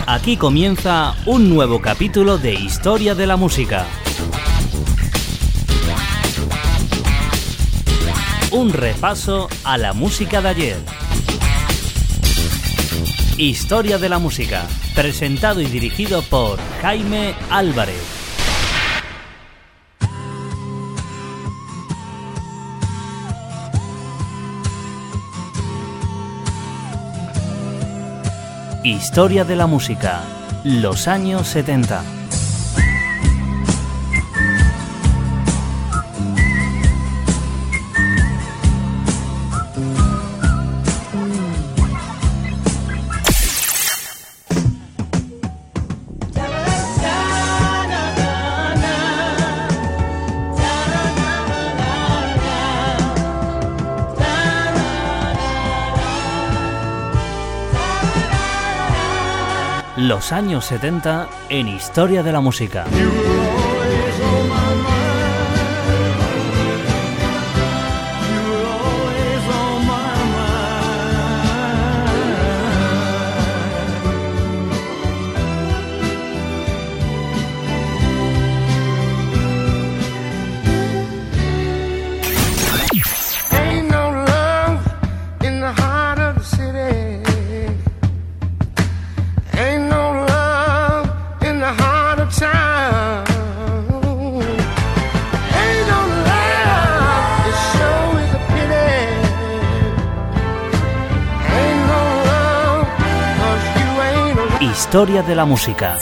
Aquí comienza un nuevo capítulo de Historia de la Música. Un repaso a la música de ayer. Historia de la Música, presentado y dirigido por Jaime Álvarez. Historia de la Música, los años 70. Los años 70 en Historia de la Música. Historia de la Música.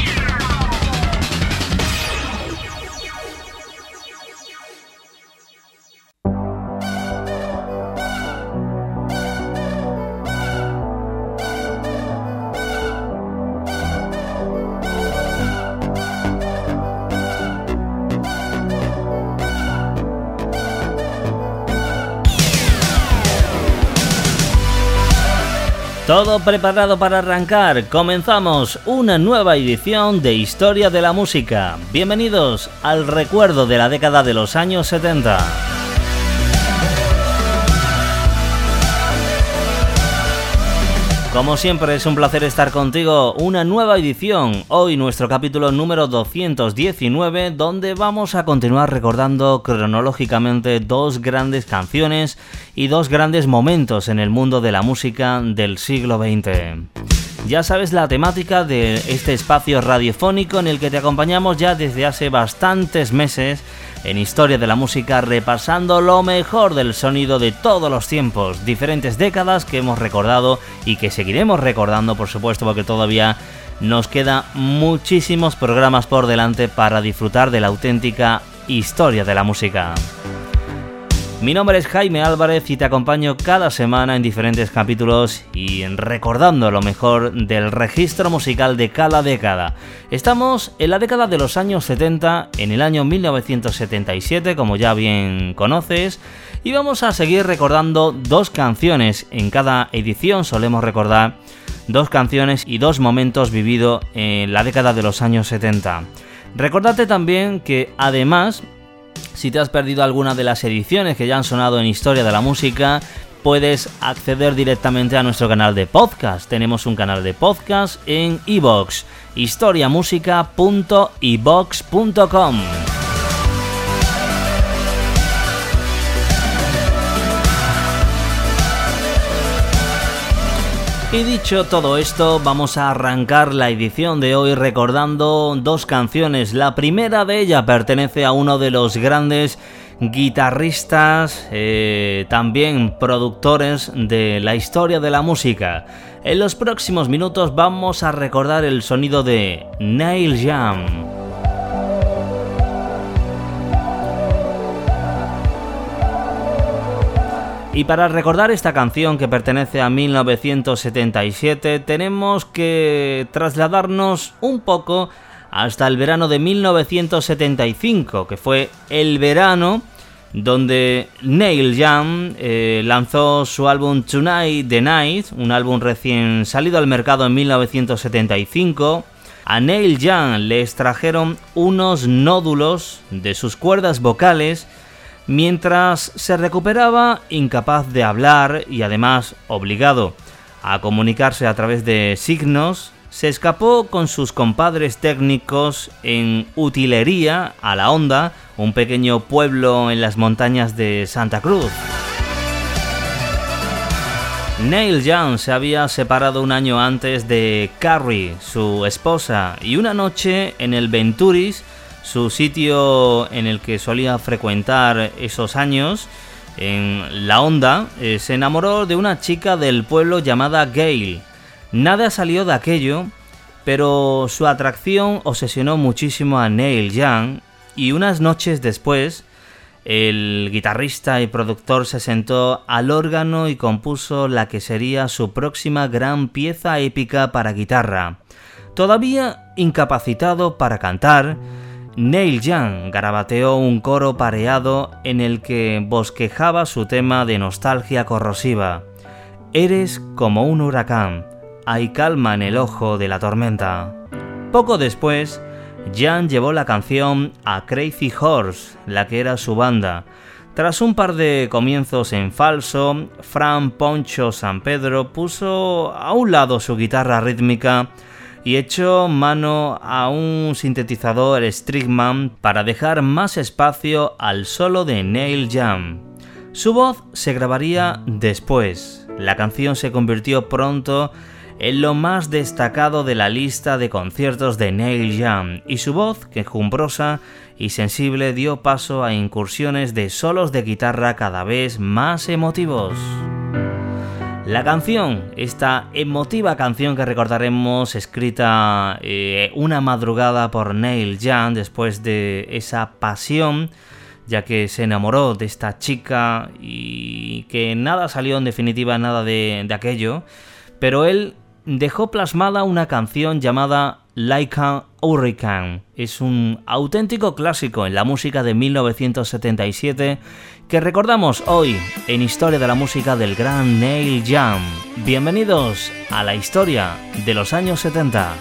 Todo preparado para arrancar. Comenzamos una nueva edición de Historia de la Música. Bienvenidos al recuerdo de la década de los años 70. Como siempre es un placer estar contigo, una nueva edición, hoy nuestro capítulo número 219, donde vamos a continuar recordando cronológicamente dos grandes canciones y dos grandes momentos en el mundo de la música del siglo XX. Ya sabes la temática de este espacio radiofónico en el que te acompañamos ya desde hace bastantes meses en Historia de la Música, repasando lo mejor del sonido de todos los tiempos, diferentes décadas que hemos recordado y que seguiremos recordando, por supuesto, porque todavía nos queda muchísimos programas por delante para disfrutar de la auténtica historia de la música. Mi nombre es Jaime Álvarez y te acompaño cada semana en diferentes capítulos y recordando lo mejor del registro musical de cada década. Estamos en la década de los años 70, en el año 1977, como ya bien conoces, y vamos a seguir recordando dos canciones. En cada edición solemos recordar dos canciones y dos momentos vividos en la década de los años 70. Recordate también que además, si te has perdido alguna de las ediciones que ya han sonado en Historia de la Música, puedes acceder directamente a nuestro canal de podcast. Tenemos un canal de podcast en iVoox, historiamusica.ivox.com. Y dicho todo esto, vamos a arrancar la edición de hoy recordando dos canciones. La primera de ellas pertenece a uno de los grandes guitarristas, también productores de la historia de la música. En los próximos minutos vamos a recordar el sonido de Neil Young. Y para recordar esta canción que pertenece a 1977, tenemos que trasladarnos un poco hasta el verano de 1975, que fue el verano donde Neil Young lanzó su álbum Tonight the Night, un álbum recién salido al mercado en 1975. A Neil Young le extrajeron unos nódulos de sus cuerdas vocales mientras se recuperaba, incapaz de hablar y además obligado a comunicarse a través de signos. se escapó con sus compadres técnicos en Utilería, a la Honda, un pequeño pueblo en las montañas de Santa Cruz. Neil Young se había separado un año antes de Carrie, su esposa, y una noche en el Venturis, su sitio en el que solía frecuentar esos años, en la Honda, se enamoró de una chica del pueblo llamada Gail. Nada salió de aquello, pero su atracción obsesionó muchísimo a Neil Young, y unas noches después, el guitarrista y productor se sentó al órgano y compuso la que sería su próxima gran pieza épica para guitarra. Todavía incapacitado para cantar, Neil Young garabateó un coro pareado en el que bosquejaba su tema de nostalgia corrosiva. Eres como un huracán, hay calma en el ojo de la tormenta. Poco después, Young llevó la canción a Crazy Horse, la que era su banda. Tras un par de comienzos en falso, Fran Poncho San Pedro puso a un lado su guitarra rítmica y echó mano a un sintetizador Strygman para dejar más espacio al solo de Neil Young. Su voz se grabaría después. La canción se convirtió pronto en lo más destacado de la lista de conciertos de Neil Young, y su voz, quejumbrosa y sensible, dio paso a incursiones de solos de guitarra cada vez más emotivos. La canción, esta emotiva canción que recordaremos, escrita una madrugada por Neil Young después de esa pasión, ya que se enamoró de esta chica y que nada salió, en definitiva, nada de aquello, pero él dejó plasmada una canción llamada Like a Hurricane. Es un auténtico clásico en la música de 1977 que recordamos hoy en Historia de la Música del gran Neil Young. Bienvenidos a la historia de los años 70.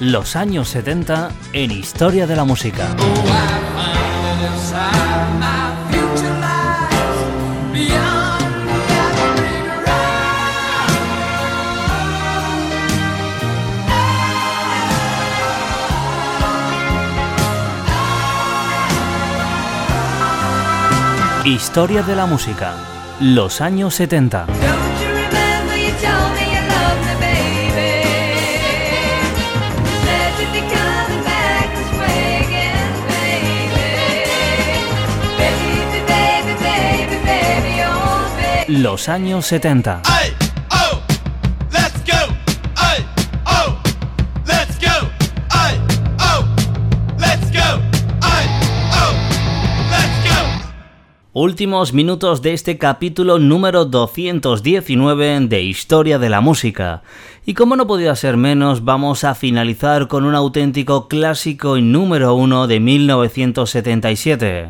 los años 70 en Historia de la Música. Historia de la Música, los años 70. Los años 70. Últimos minutos de este capítulo número 219 de Historia de la Música. Y como no podía ser menos, vamos a finalizar con un auténtico clásico y número 1 de 1977.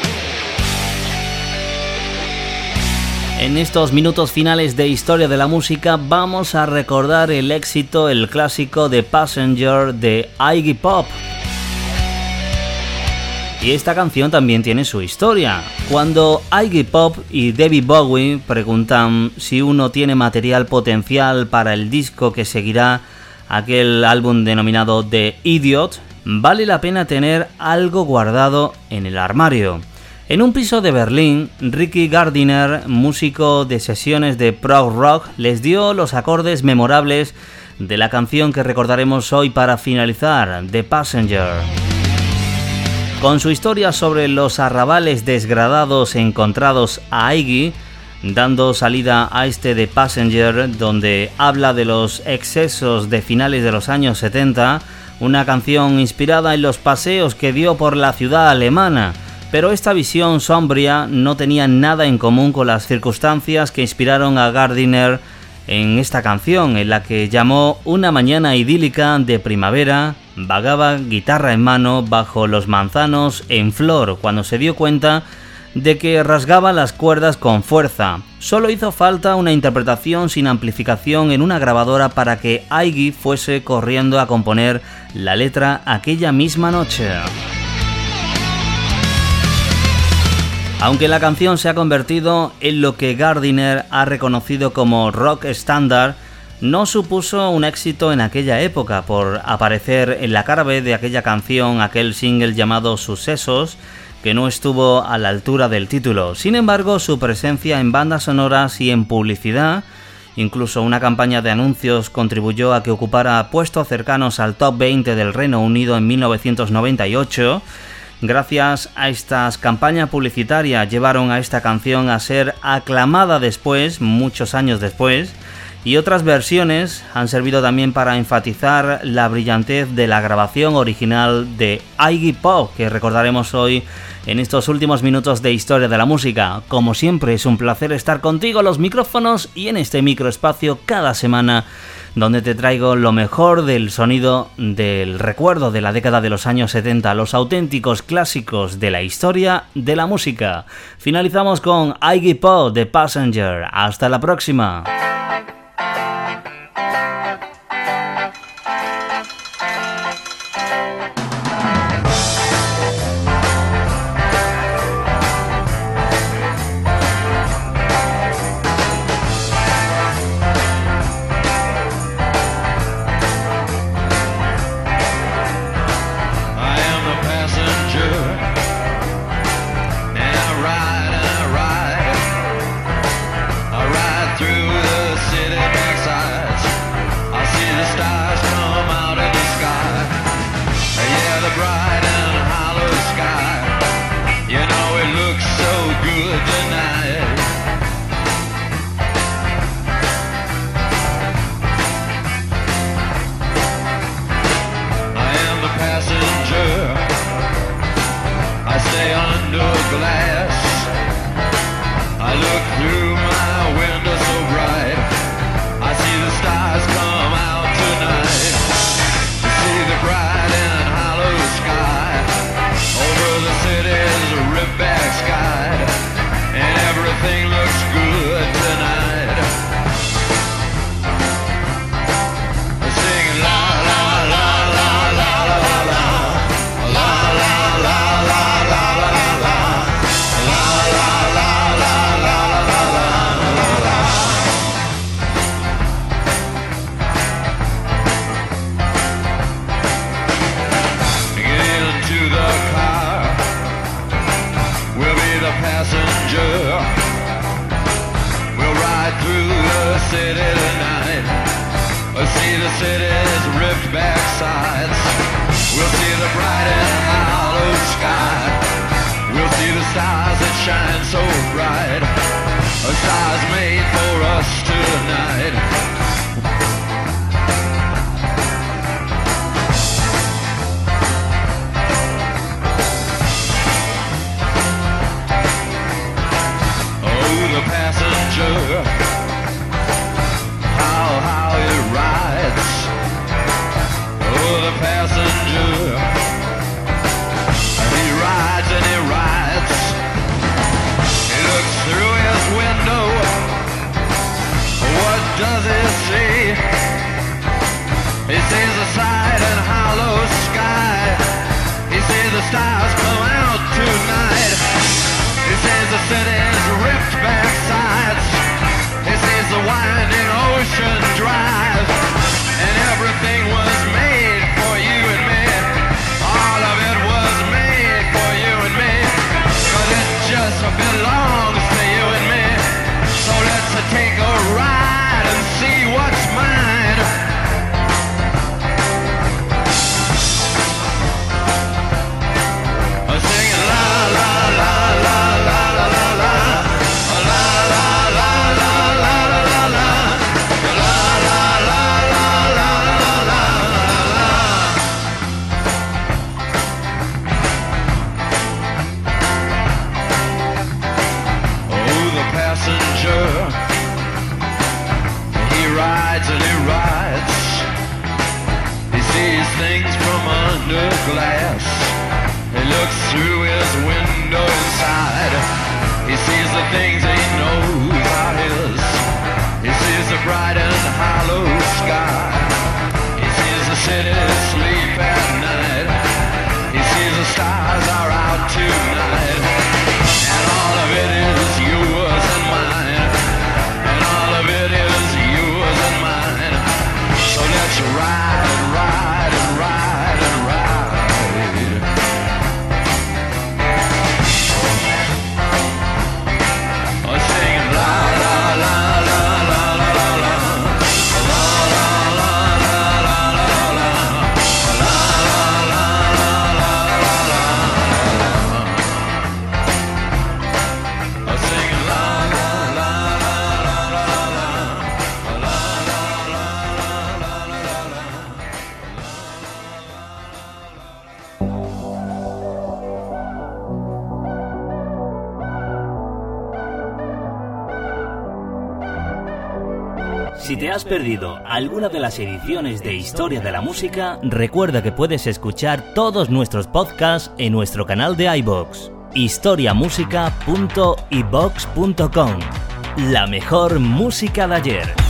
En estos minutos finales de Historia de la Música vamos a recordar el éxito, el clásico de Passenger de Iggy Pop. Y esta canción también tiene su historia. Cuando Iggy Pop y David Bowie preguntan si uno tiene material potencial para el disco que seguirá aquel álbum denominado The Idiot, vale la pena tener algo guardado en el armario. En un piso de Berlín, Ricky Gardiner, músico de sesiones de prog rock, les dio los acordes memorables de la canción que recordaremos hoy para finalizar, The Passenger. Con su historia sobre los arrabales desgradados encontrados a Iggy, dando salida a este The Passenger, donde habla de los excesos de finales de los años 70, una canción inspirada en los paseos que dio por la ciudad alemana. Pero esta visión sombría no tenía nada en común con las circunstancias que inspiraron a Gardiner en esta canción, en la que llamó una mañana idílica de primavera, vagaba guitarra en mano bajo los manzanos en flor cuando se dio cuenta de que rasgaba las cuerdas con fuerza. Solo hizo falta una interpretación sin amplificación en una grabadora para que Iggy fuese corriendo a componer la letra aquella misma noche. Aunque la canción se ha convertido en lo que Gardiner ha reconocido como rock estándar, no supuso un éxito en aquella época por aparecer en la cara B de aquella canción, aquel single llamado Sucesos, que no estuvo a la altura del título. Sin embargo, su presencia en bandas sonoras y en publicidad, incluso una campaña de anuncios, contribuyó a que ocupara puestos cercanos al top 20 del Reino Unido en 1998. Gracias a estas campañas publicitarias llevaron a esta canción a ser aclamada después, muchos años después, y otras versiones han servido también para enfatizar la brillantez de la grabación original de Iggy Pop, que recordaremos hoy en estos últimos minutos de Historia de la Música. Como siempre, es un placer estar contigo a los micrófonos y en este microespacio cada semana, donde te traigo lo mejor del sonido del recuerdo de la década de los años 70, los auténticos clásicos de la historia de la música. Finalizamos con Iggy Pop de Passenger. Hasta la próxima. Through the city tonight. We'll see the city's ripped back sides. We'll see the bright and hollow sky. We'll see the stars that shine so bright. Stars made for us tonight. The passenger, how he rides. Oh, the passenger, he rides and he rides. He looks through his window. What does he see? He sees the side and hollow sky. He sees the stars come out tonight. He sees the city's ripped back sides. He sees the winding ocean drive. And everything was made for you and me. All of it was made for you and me. But it just belongs to you and me. So let's take a ride and see what's mine. Singing la la la la la la la la. He rides and he rides. He sees things from under glass. He looks through his window inside. He sees the things he knows are his. He sees the bright and hollow sky. He sees the city sleep at night. He sees the stars are out tonight. And all of it is yours and mine. And all of it is yours and mine. So let's ride and ride and ride and ride. Oh, singing la la la la la la la la. La la la la la la la. La la la la la la la. Singing la la la la la la la. La la la la la la la. Si te has perdido alguna de las ediciones de Historia de la Música, recuerda que puedes escuchar todos nuestros podcasts en nuestro canal de iVoox, historiamusica.ivox.com. La mejor música de ayer.